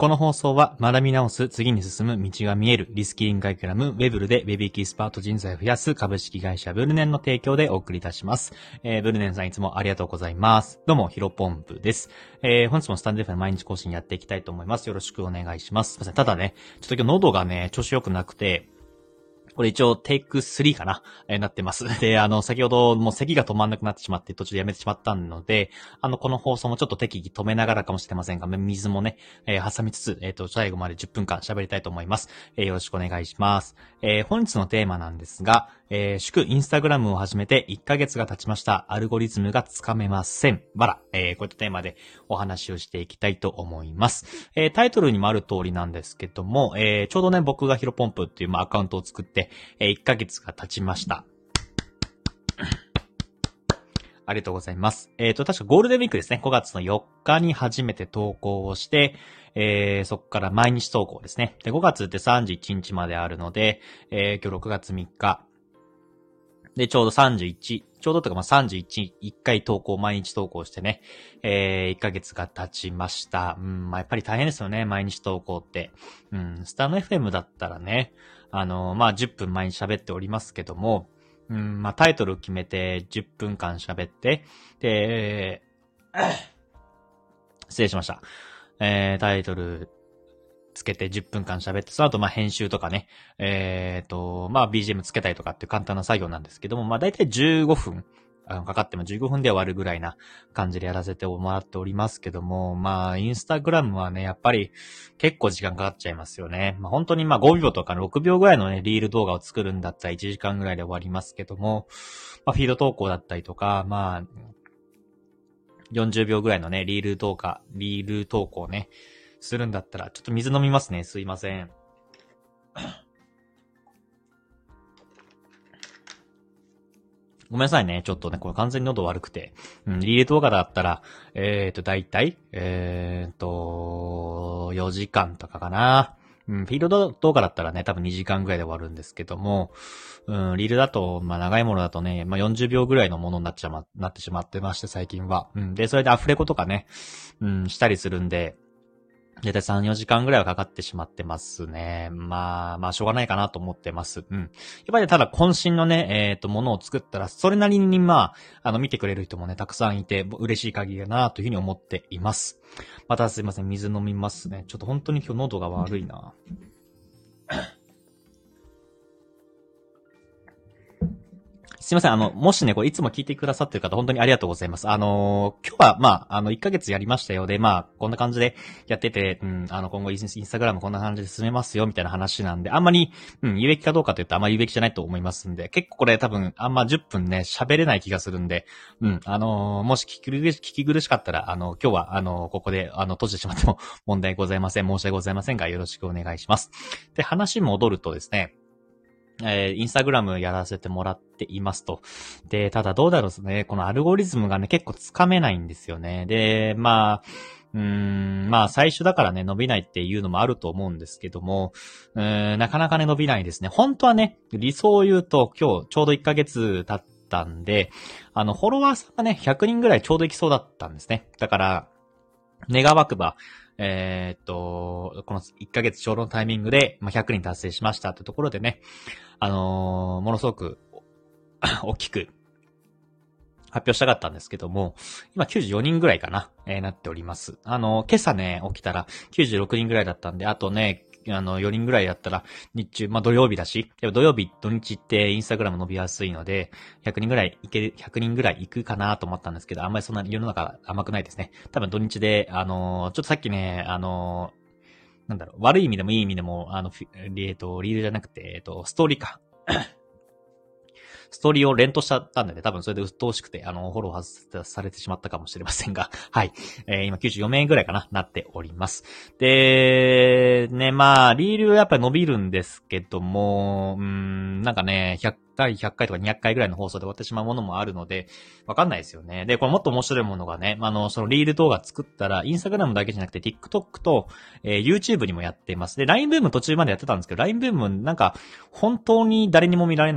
この放送は学び直す、次に進む道が見える、リスキリングカリキュラム、ウェブルでウェブエキスパート人材を増やす株式会社ブルネンの提供でお送りいたします。ブルネンさんいつもありがとうございます。どうも、ヒロポンプです。本日もスタンド FM 毎日更新やっていきたいと思います。よろしくお願いします。すいません。ただね、ちょっと今日喉がね、調子良くなくて、これ一応テイク3かな、なってます。で、先ほどもう咳が止まんなくなってしまって途中でやめてしまったので、この放送もちょっと適宜止めながらかもしれませんが、水もね、挟みつつ、最後まで10分間喋りたいと思います。よろしくお願いします。本日のテーマなんですが、祝インスタグラムを始めて1ヶ月が経ちました。アルゴリズムがつかめません。バラ。こういったテーマでお話をしていきたいと思います。タイトルにもある通りなんですけども、ちょうどね、僕がヒロポンプっていうアカウントを作って、1ヶ月が経ちました。ありがとうございます。確かゴールデンウィークですね。5月の4日に初めて投稿をして、そこから毎日投稿ですね。で、5月って31日まであるので、今日6月3日。で、ちょうど31、ちょうどとか31、1回投稿、毎日投稿してね、1ヶ月が経ちました。やっぱり大変ですよね、毎日投稿って。スタンド FM だったらね、10分毎日喋っておりますけども、タイトル決めて10分間喋って、で、失礼しました。タイトルつけて10分間喋って、その後編集とかね、BGM つけたりとかっていう簡単な作業なんですけども、だいたい15分、かかっても15分で終わるぐらいな感じでやらせてもらっておりますけども、インスタグラムはね、やっぱり結構時間かかっちゃいますよね。本当に5秒とか6秒ぐらいのね、リール動画を作るんだったら1時間ぐらいで終わりますけども、フィード投稿だったりとか、40秒ぐらいのね、リール投稿ね、するんだったら、ちょっと水飲みますね。すいません。ごめんなさいね。ちょっとね、これ完全に喉悪くて。リール動画だったら、だいたい、4時間とかかな。フィールド動画だったらね、多分2時間ぐらいで終わるんですけども、リールだと、長いものだとね、40秒ぐらいのものになってしまってまして、最近は。で、それでアフレコとかね、したりするんで、だいたい3、4時間ぐらいはかかってしまってますね。しょうがないかなと思ってます。やっぱりただ渾身のね、ものを作ったら、それなりに見てくれる人もね、たくさんいて、嬉しい限りだなというふうに思っています。またすいません、水飲みますね。ちょっと本当に今日喉が悪いな。すいません。もしね、これいつも聞いてくださってる方、本当にありがとうございます。今日は、1ヶ月やりましたよ。で、こんな感じでやってて、今後インスタグラムこんな感じで進めますよ、みたいな話なんで、あんまり、有益かどうかというと、あんまり有益じゃないと思いますんで、結構これ多分、あんま10分ね、喋れない気がするんで、もし聞き苦しかったら、今日は、ここで、閉じてしまっても問題ございません。申し訳ございませんが、よろしくお願いします。で、話戻るとですね、インスタグラムやらせてもらっていますと。で、ただどうだろうですね。このアルゴリズムがね、結構つかめないんですよね。で、最初だからね、伸びないっていうのもあると思うんですけども、なかなかね、伸びないですね。本当はね、理想を言うと、今日ちょうど1ヶ月経ったんで、フォロワーさんがね、100人ぐらいちょうどいきそうだったんですね。だから、願わくば、この1ヶ月ちょうどのタイミングで、100人達成しましたってところでね、ものすごく大きく発表したかったんですけども、今94人ぐらいかな、なっております。今朝ね、起きたら96人ぐらいだったんで、あとね、4人ぐらいだったら、日中、土曜日だし、土曜日、土日ってインスタグラム伸びやすいので、100人ぐらい行くかなと思ったんですけど、あんまりそんな世の中甘くないですね。多分土日で、ちょっとさっきね、悪い意味でもいい意味でも、リールじゃなくて、ストーリーか。ストーリーを連投しちゃったんでね、多分それで鬱陶しくて、フォローされてしまったかもしれませんが、はい。今94名ぐらいかなっております。で、ね、リールはやっぱり伸びるんですけども、100回とか200回ぐらいの放送で終わってしまうものもあるので、わかんないですよね。で、これもっと面白いものがね、そのリール動画作ったら、インスタグラムだけじゃなくて TikTok と、YouTube にもやっています。で、LINE ブーム途中までやってたんですけど、LINE ブーム本当に誰にも見られなく 、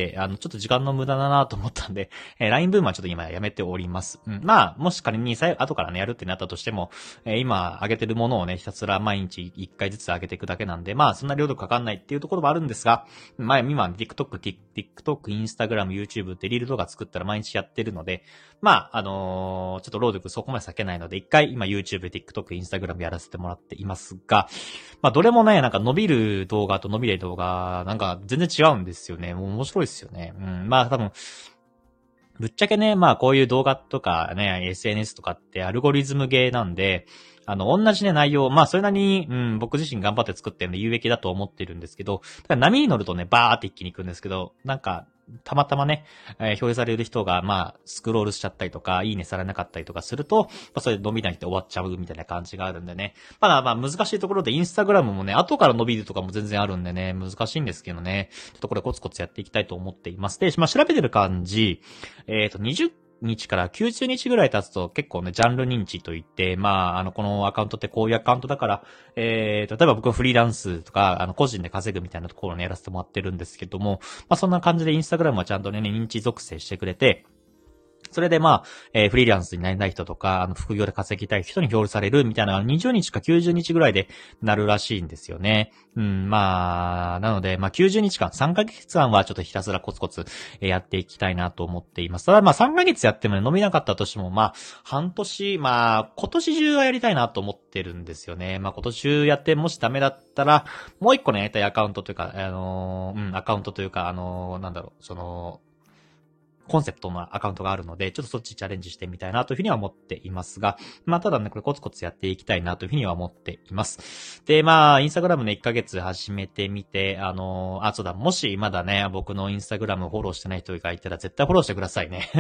ちょっと時間の無駄だなと思ったんで、LINE ブームはちょっと今やめております。まあ、もし仮に後からね、やるってなったとしても、今上げてるものをね、ひたすら毎日1回ずつ上げていくだけなんで、まあ、そんな量度かかんないっていうところもあるんですが、まあ、今、TikTok、Instagram、YouTube ってリール動画作ったら毎日やってるので、まあ、ちょっと労力そこまで避けないので、一回今 YouTube、TikTok、Instagram やらせてもらっていますが、まあ、どれもね、なんか伸びる動画と伸びない動画、なんか全然違うんですよね。もう面白いですよね。まあ多分、ぶっちゃけね、まあこういう動画とかね、SNS とかってアルゴリズムゲーなんで、同じね、内容、まあそれなりに、僕自身頑張って作ってるので有益だと思ってるんですけど、ただ波に乗るとね、バーって一気に行くんですけど、なんか、たまたまね、表示される人が、まあ、スクロールしちゃったりとか、いいねされなかったりとかすると、まあ、それで伸びないで終わっちゃうみたいな感じがあるんでね。まあ難しいところでインスタグラムもね、後から伸びるとかも全然あるんでね、難しいんですけどね。ちょっとこれコツコツやっていきたいと思っています。で、まあ調べてる感じ、20日から90日ぐらい経つと結構ね、ジャンル認知といって、まあ、このアカウントってこういうアカウントだから、例えば僕はフリーランスとか、個人で稼ぐみたいなところをね、やらせてもらってるんですけども、まあそんな感じでインスタグラムはちゃんとね、認知属性してくれて、それでまあ、フリーランスになりたい人とか、副業で稼ぎたい人に表示されるみたいな20日か90日ぐらいでなるらしいんですよね。まあ、なので、まあ90日間、3ヶ月間はちょっとひたすらコツコツやっていきたいなと思っています。ただまあ3ヶ月やってもね、伸びなかったとしても、まあ、半年、まあ、今年中はやりたいなと思ってるんですよね。まあ今年中やって、もしダメだったら、もう一個ね、やりたいアカウントというか、アカウントというか、なんだろう、コンセプトのアカウントがあるので、ちょっとそっちチャレンジしてみたいなというふうには思っていますが、まあただね、これコツコツやっていきたいなというふうには思っています。で、まあ、インスタグラムね、1ヶ月始めてみて、そうだ、もしまだね、僕のインスタグラムフォローしてない人がいたら絶対フォローしてくださいね。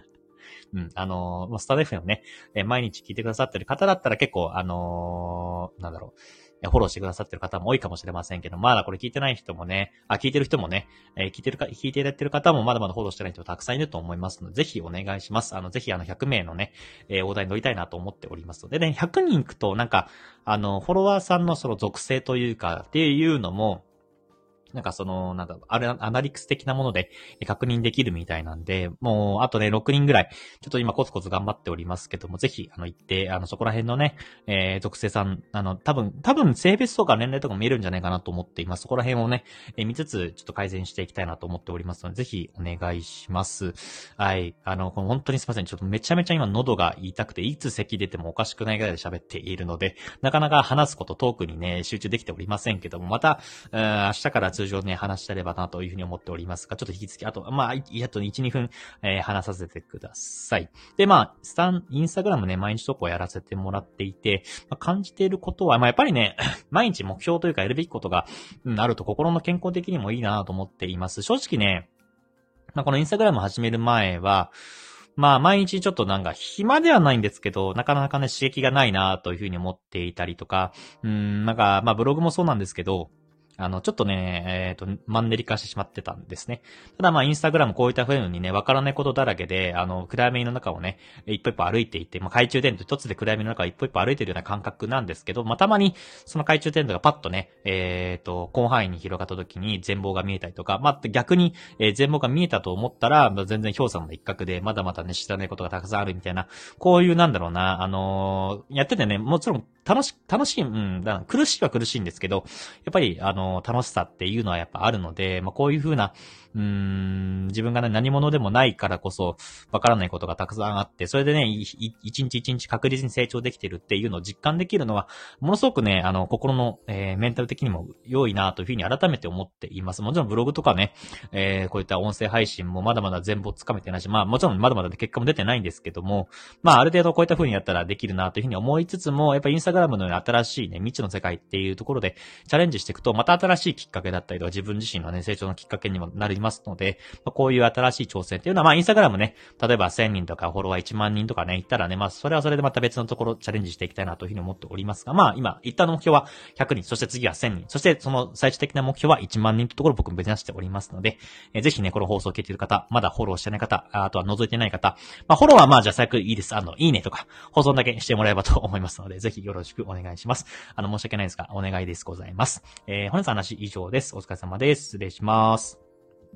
スタデフのね、毎日聞いてくださってる方だったら結構、なんだろう、フォローしてくださってる方も多いかもしれませんけど、まだこれ聞いてない人もね、聞いてる人もね、聞いていただいてる方もまだまだフォローしてない人たくさんいると思いますので、ぜひお願いします。ぜひ100名のね、大台に乗りたいなと思っておりますのでね、100人行くとなんか、フォロワーさんのその属性というか、っていうのも、なんかなんだろう、アナリクス的なもので確認できるみたいなんで、もう、あとね、6人ぐらい、ちょっと今コツコツ頑張っておりますけども、ぜひ、行って、そこら辺のね、属性さん、多分、性別とか年齢とかも見えるんじゃないかなと思っています。そこら辺をね、見つつ、ちょっと改善していきたいなと思っておりますので、ぜひ、お願いします。はい。本当にすいません。ちょっとめちゃめちゃ今喉が痛くて、いつ咳出てもおかしくないぐらいで喋っているので、なかなか話すことトークにね、集中できておりませんけども、また、明日から通常ね、話してればなというふうに思っておりますが、ちょっと引き続き、あと、まあ、あと1、2分、話させてください。で、まあ、インスタグラムね、毎日投稿やらせてもらっていて、まあ、感じていることは、まあ、やっぱりね、毎日目標というかやるべきことが、あると心の健康的にもいいなと思っています。正直ね、まあ、このインスタグラム始める前は、まあ、毎日ちょっとなんか暇ではないんですけど、なかなかね、刺激がないなというふうに思っていたりとか、なんか、まあ、ブログもそうなんですけど、ちょっとね、マンネリ化してしまってたんですね。ただまあ、インスタグラムこういった風にね、わからないことだらけで、暗闇の中をね、一歩一歩歩いていって、まあ、懐中電灯一つで暗闇の中を一歩一歩歩いてるような感覚なんですけど、まあ、たまに、その懐中電灯がパッとね、広範囲に広がった時に全貌が見えたりとか、まあ、逆に、全貌が見えたと思ったら、まあ、全然氷山の一角で、まだまだね、知らないことがたくさんあるみたいな、こういうなんだろうな、やっててね、もちろん楽しい、苦しいは苦しいんですけど、やっぱり、楽しさっていうのはやっぱあるので、まあ、こういう風な、自分がね、何者でもないからこそ、わからないことがたくさんあって、それでね、一日一日確実に成長できてるっていうのを実感できるのは、ものすごくね、心の、メンタル的にも良いなというふうに改めて思っています。もちろんブログとかね、こういった音声配信もまだまだ全貌つかめてないし、まあもちろんまだまだ結果も出てないんですけども、まあある程度こういった風にやったらできるなというふうに思いつつも、やっぱインスタグラムのように新しいね、未知の世界っていうところでチャレンジしていくと、また新しいきっかけだったりとか、自分自身のね、成長のきっかけにもなりますので、まあ、こういう新しい挑戦っていうのは、まあインスタグラムね、例えば1000人とかフォロワー1万人とかね、行ったらね、まあそれはそれでまた別のところチャレンジしていきたいなというふうに思っておりますが、まあ今、一旦の目標は100人、そして次は1000人、そしてその最終的な目標は1万人というところを僕も目指しておりますので、ぜひね、この放送を聞いている方、まだフォローしてない方、あとは覗いてない方、まあフォローはまあじゃあ最悪いいです。いいねとか、保存だけしてもらえばと思いますので、ぜひよろしくお願いします。申し訳ないですが、お願いですございます。本日の話以上です。お疲れ様です。失礼します。